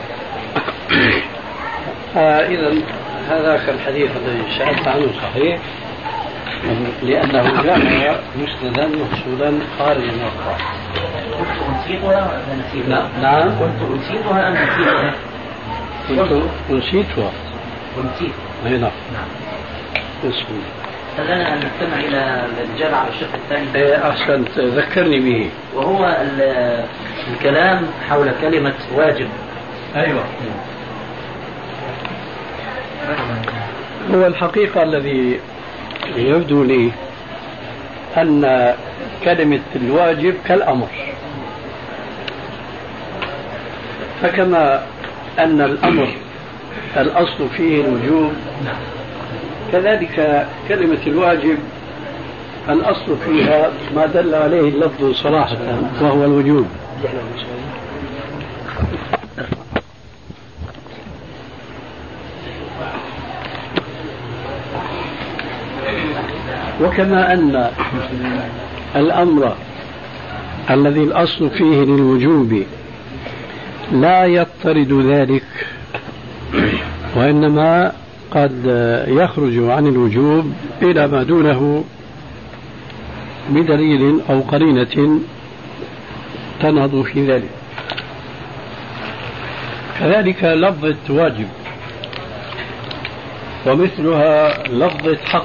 إذا هذاك الحديث الذي سألت عنه صحيح، لأنه جاء مسندا مفصولا خارج من القرآن. كنت أنسيتها أم نسيتها؟ نعم. كنت أنسيتها أم نسيتها؟ كنت أنسيتها. أنسيت. أي نعم. نعم. خلينا نستمع إلى الإجابة على الشق الثاني. إيه أحسنت، ذكرني به. وهو الكلام حول كلمة واجب. أيوة. هو الحقيقة الذي يبدو لي أن كلمة الواجب كالأمر، فكما أن الأمر الأصل فيه الوجوب، كذلك كلمة الواجب الأصل فيها ما دل عليه اللفظ صراحة وهو الوجوب. وكما أن الأمر الذي الأصل فيه للوجوب لا يضطرد ذلك، وإنما قد يخرج عن الوجوب إلى ما دونه بدليل أو قرينة تنهض في ذلك. كذلك لفظة واجب ومثلها لفظة حق،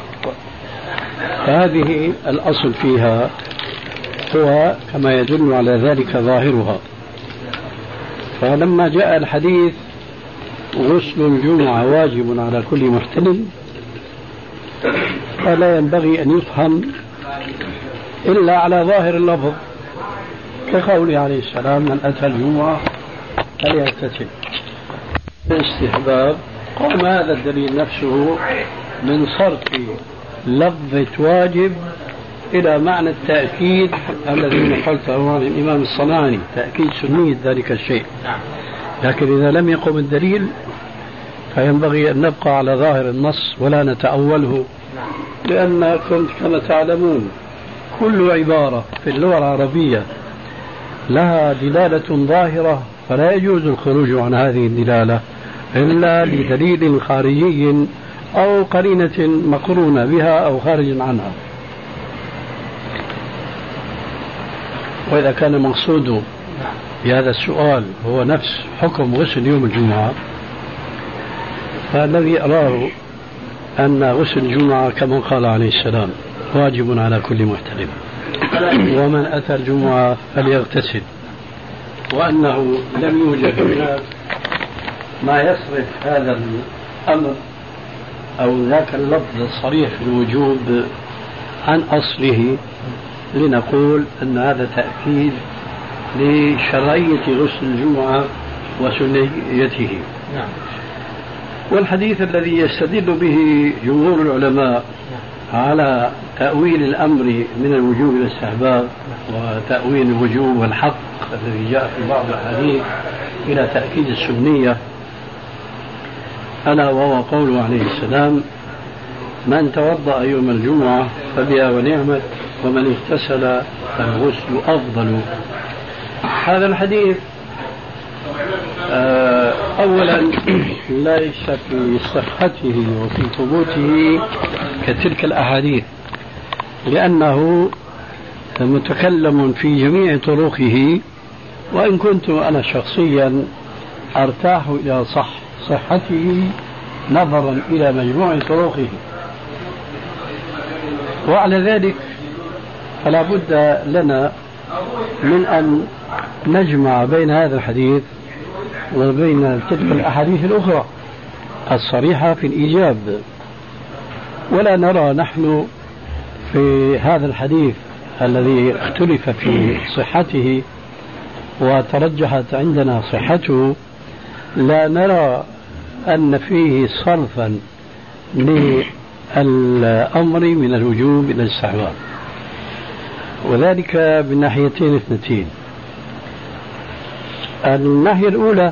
فهذه الأصل فيها هو كما يدل على ذلك ظاهرها. فلما جاء الحديث غسل الجمعة واجب على كل محتلم، فلا ينبغي أن يفهم إلا على ظاهر اللفظ، كقوله عليه السلام من أتى الجمعة فليغتسل. الاستحباب قام هذا الدليل نفسه من صرف لفظة واجب إلى معنى التأكيد الذي نقلته عن الإمام الصنعاني، تأكيد سنية ذلك الشيء. لكن إذا لم يقم الدليل فينبغي أن نبقى على ظاهر النص ولا نتأوله، لأنكم كما تعلمون كل عبارة في اللغة العربية لها دلالة ظاهرة، فلا يجوز الخروج عن هذه الدلالة إلا لدليل خارجي أو قرينة مقرونة بها أو خارج عنها. وإذا كان مقصود بهذا السؤال هو نفس حكم غسل يوم الجمعة، فالذي أراه أن غسل الجمعة كما قال عليه السلام واجب على كل محترم، ومن أتى الجمعة فليغتسل، وأنه لم يوجد هناك ما يصرف هذا الأمر أو ذاك اللفظ الصريح في الوجوب عن أصله، لنقول أن هذا تأكيد لشرعية غسل الجمعة وسنيته. نعم. والحديث الذي يستدل به جمهور العلماء على تأويل الأمر من الوجوب إلى الاستحباب وتأويل الوجوب والحق الذي جاء في بعض الحديث إلى تأكيد السنية، ألا وهو قوله عليه السلام: من توضأ يوم الجمعة فبها ونعمت، ومن اغتسل فالغسل أفضل. هذا الحديث أولا ليس في صحته وفي ثبوته كتلك الأحاديث، لأنه متكلم في جميع طرقه، وإن كنت أنا شخصيا أرتاح إلى صح صحته نظرا إلى مجموع طرقه. وعلى ذلك فلا بد لنا من أن نجمع بين هذا الحديث وبين تلك الأحاديث الأخرى الصريحة في الإيجاب، ولا نرى نحن في هذا الحديث الذي اختلف في صحته وترجحت عندنا صحته، لا نرى أن فيه صرفا للأمر من الوجوب إلى الاستحباب، وذلك من ناحيتين اثنتين. الناحية الأولى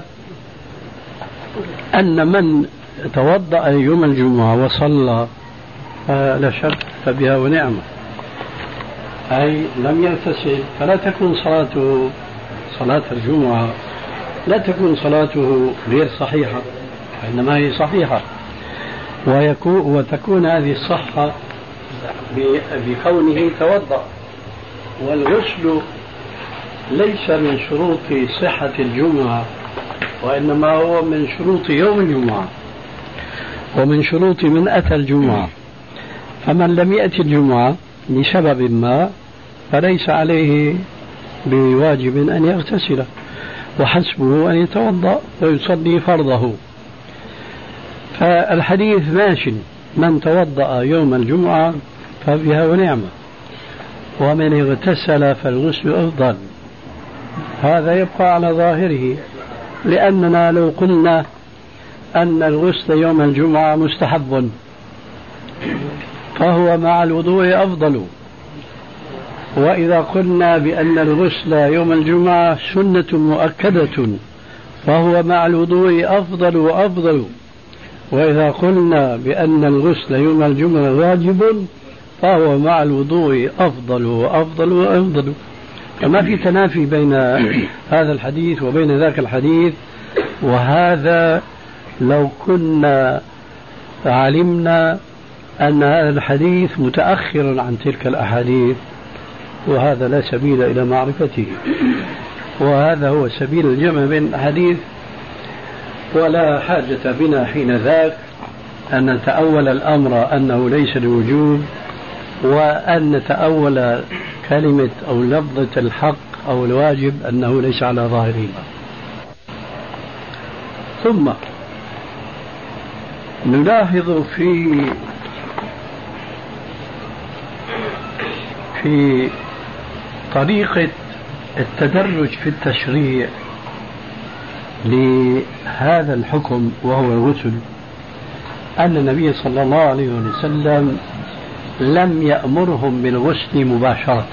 أن من توضأ يوم الجمعة وصلى لا شك فبها ونعمة، أي لم يغتسل فلا تكون صلاته صلاة الجمعة لا تكون صلاته غير صحيحة، إنما هي صحيحة، ويكون وتكون هذه الصحة بكونه توضأ. والغسل ليس من شروط صحة الجمعة، وإنما هو من شروط يوم الجمعة ومن شروط من أتى الجمعة. فمن لم يأتي الجمعة لسبب ما فليس عليه بواجب أن يغتسل، وحسبه أن يتوضأ ويصلي فرضه. فالحديث ماشٍ: من توضأ يوم الجمعة فبها ونعمة، ومن اغتسل فالغسل أفضل. هذا يبقى على ظاهره، لأننا لو قلنا أن الغسل يوم الجمعة مستحب فهو مع الوضوء أفضل، وإذا قلنا بأن الغسل يوم الجمعة سنة مؤكدة فهو مع الوضوء أفضل وأفضل، وإذا قلنا بأن الغسل يوم الجمعة واجب فهو مع الوضوء أفضل وأفضل وأفضل. فما في تنافي بين هذا الحديث وبين ذاك الحديث. وهذا لو كنا علمنا أن هذا الحديث متأخر عن تلك الأحاديث، وهذا لا سبيل إلى معرفته، وهذا هو سبيل الجمع بين الأحاديث. ولا حاجة بنا حين ذاك أن نتأول الأمر أنه ليس لوجوب، وأن نتأول كلمة أو لفظة الحق أو الواجب أنه ليس على ظاهره. ثم نلاحظ في في طريقة التدرج في التشريع لهذا الحكم وهو الغسل أن النبي صلى الله عليه وسلم لم يأمرهم بالغسل مباشرة،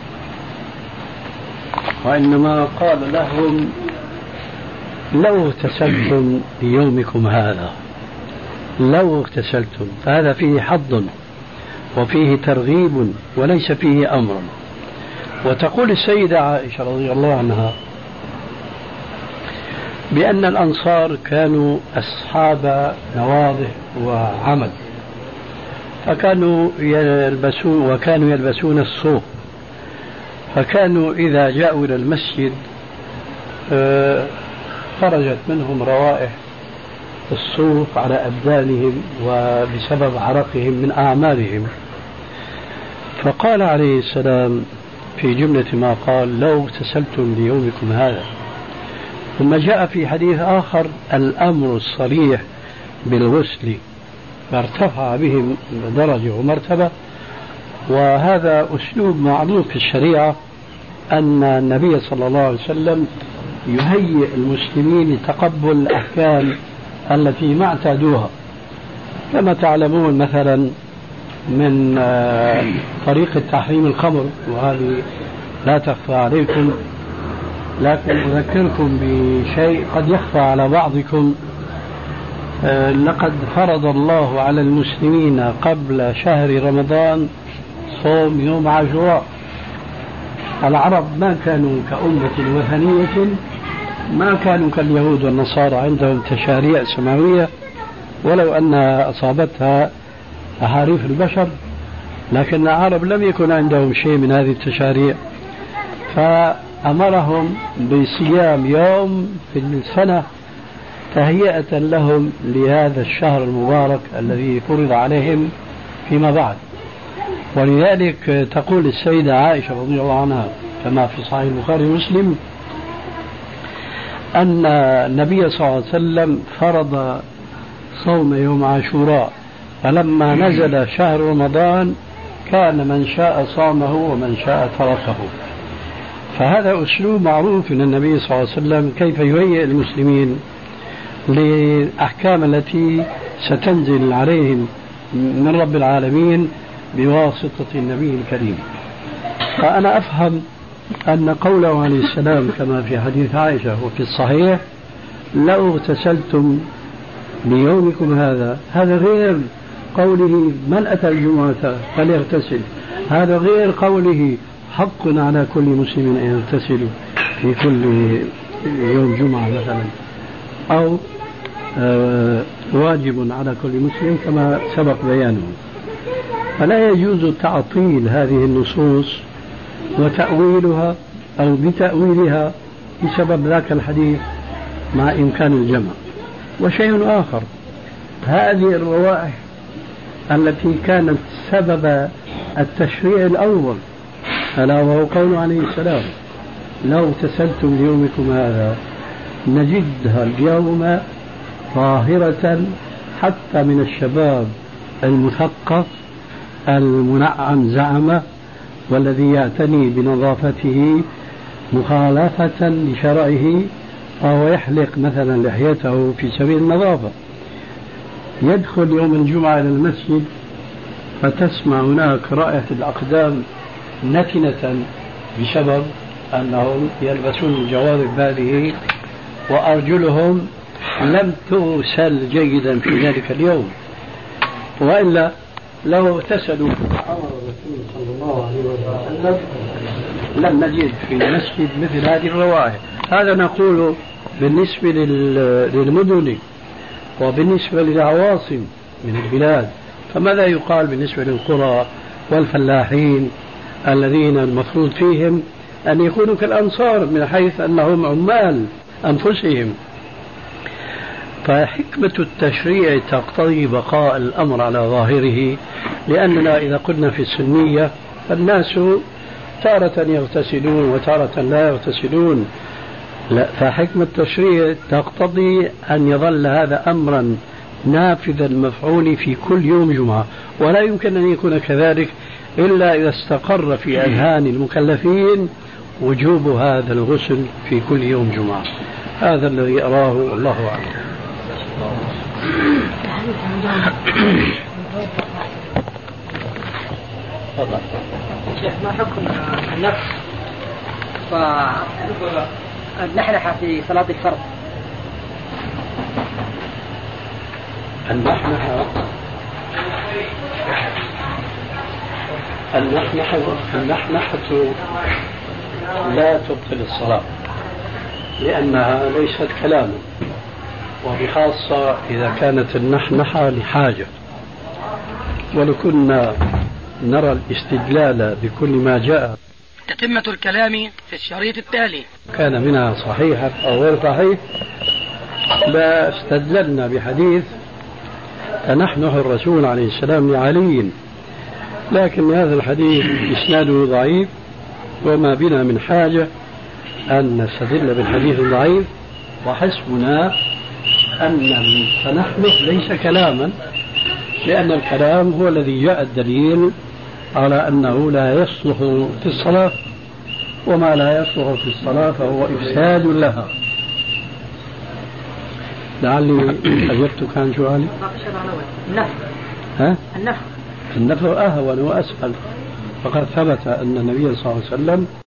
وإنما قال لهم لو اغتسلتم ليومكم هذا، لو اغتسلتم، فهذا فيه حظ وفيه ترغيب وليس فيه أمر. وتقول السيدة عائشة رضي الله عنها بأن الأنصار كانوا أصحاب نواضح وعمل، فكانوا يلبسون وكانوا يلبسون الصوف، فكانوا إذا جاءوا إلى المسجد خرجت منهم روائح الصوف على أبدانهم وبسبب عرقهم من أعمالهم. فقال عليه السلام في جملة ما قال لو اغتسلتم ليومكم هذا. ثم جاء في حديث آخر الأمر الصريح بالغسل، فارتفع بهم درجة ومرتبة. وهذا أسلوب معروف في الشريعة، أن النبي صلى الله عليه وسلم يهيئ المسلمين لتقبل الأحكام التي ما اعتادوها، كما تعلمون مثلا من طريقة تحريم الخمر، وهذه لا تخفى عليكم، لكن أذكركم بشيء قد يخفى على بعضكم. لقد فرض الله على المسلمين قبل شهر رمضان صوم يوم عاشوراء. العرب ما كانوا كأمة وثنية، ما كانوا كاليهود والنصارى عندهم تشاريع سماوية ولو أن أصابتها أحاريف البشر، لكن العرب لم يكن عندهم شيء من هذه التشاريع، فأمرهم بصيام يوم في السنة تهيئة لهم لهذا الشهر المبارك الذي فرض عليهم فيما بعد. ولذلك تقول السيدة عائشة رضي الله عنها كما في صحيح البخاري ومسلم أن النبي صلى الله عليه وسلم فرض صوم يوم عاشوراء، فلما نزل شهر رمضان كان من شاء صامه ومن شاء تركه. فهذا أسلوب معروف من النبي صلى الله عليه وسلم كيف يهيئ المسلمين للأحكام التي ستنزل عليهم من رب العالمين بواسطة النبي الكريم. فأنا أفهم أن قوله عليه السلام كما في حديث عائشة وفي الصحيح لو اغتسلتم ليومكم هذا، هذا غير قوله من أتى الجمعة فليغتسل، هذا غير قوله حق على كل مسلم أن يغتسل في كل يوم جمعة مثلا، أو آه واجب على كل مسلم كما سبق بيانه. فلا يجوز تعطيل هذه النصوص وتأويلها أو بتأويلها بسبب ذاك الحديث مع إمكان الجمع. وشيء آخر، هذه الروائح التي كانت سبب التشريع الأول ألا وهو قول عليه السلام لو اغتسلتم ليومكم هذا، نجدها اليوم ظاهرة حتى من الشباب المثقف المنعم زعمه والذي يعتني بنظافته مخالفة لشرعه، فهو يحلق مثلا لحيته في سبيل النظافة، يدخل يوم الجمعة إلى المسجد فتسمع هناك رائحة الأقدام نتنة بسبب أنهم يلبسون الجوارب هذه وأرجلهم لم تغسل جيدا في ذلك اليوم. وإلا لو اغتسلوا أمر الرسول صلى الله عليه وسلم لم نجد في المسجد مثل هذه الروائح. هذا نقول بالنسبة للمدن وبالنسبة للعواصم من البلاد، فماذا يقال بالنسبة للقرى والفلاحين الذين المفروض فيهم أن يكونوا كالأنصار من حيث أنهم عمال أنفسهم؟ فحكمة التشريع تقتضي بقاء الأمر على ظاهره، لأننا إذا قلنا في السنية فالناس تارة يغتسلون وتارة لا يغتسلون، لا، فحكمة التشريع تقتضي أن يظل هذا أمرا نافذ المفعول في كل يوم جمعة، ولا يمكن أن يكون كذلك إلا إذا استقر في أذهان المكلفين وجوب هذا الغسل في كل يوم جمعة. هذا الذي أراه والله أعلم. تفضل. شيخ ما حكم النفس والنحنحة في صلاة الفرض؟ النحنحة النحنحة النحنحة لا تبطل الصلاة لأنها ليست كلاما، وبخاصة إذا كانت النحنحة لحاجة. ولكنا نرى الاستدلال بكل ما جاء تتمة الكلام في الشريط التالي كان منها صحيحة أو غير صحيح، لا استدللنا بحديث تنحنح الرسول عليه السلام لعلي، لكن هذا الحديث إسناده ضعيف، وما بنا من حاجة أن نستدل بالحديث الضعيف، وحسبنا أن التنحنح ليس كلاما، لأن الكلام هو الذي جاء الدليل على أنه لا يصلح في الصلاة، وما لا يصلح في الصلاة فهو إفساد لها. لعلي أجبتك عن سؤالي. النفي. ها؟ النفي. النفي أهون وأسهل، فقد ثبت أن النبي صلى الله عليه وسلم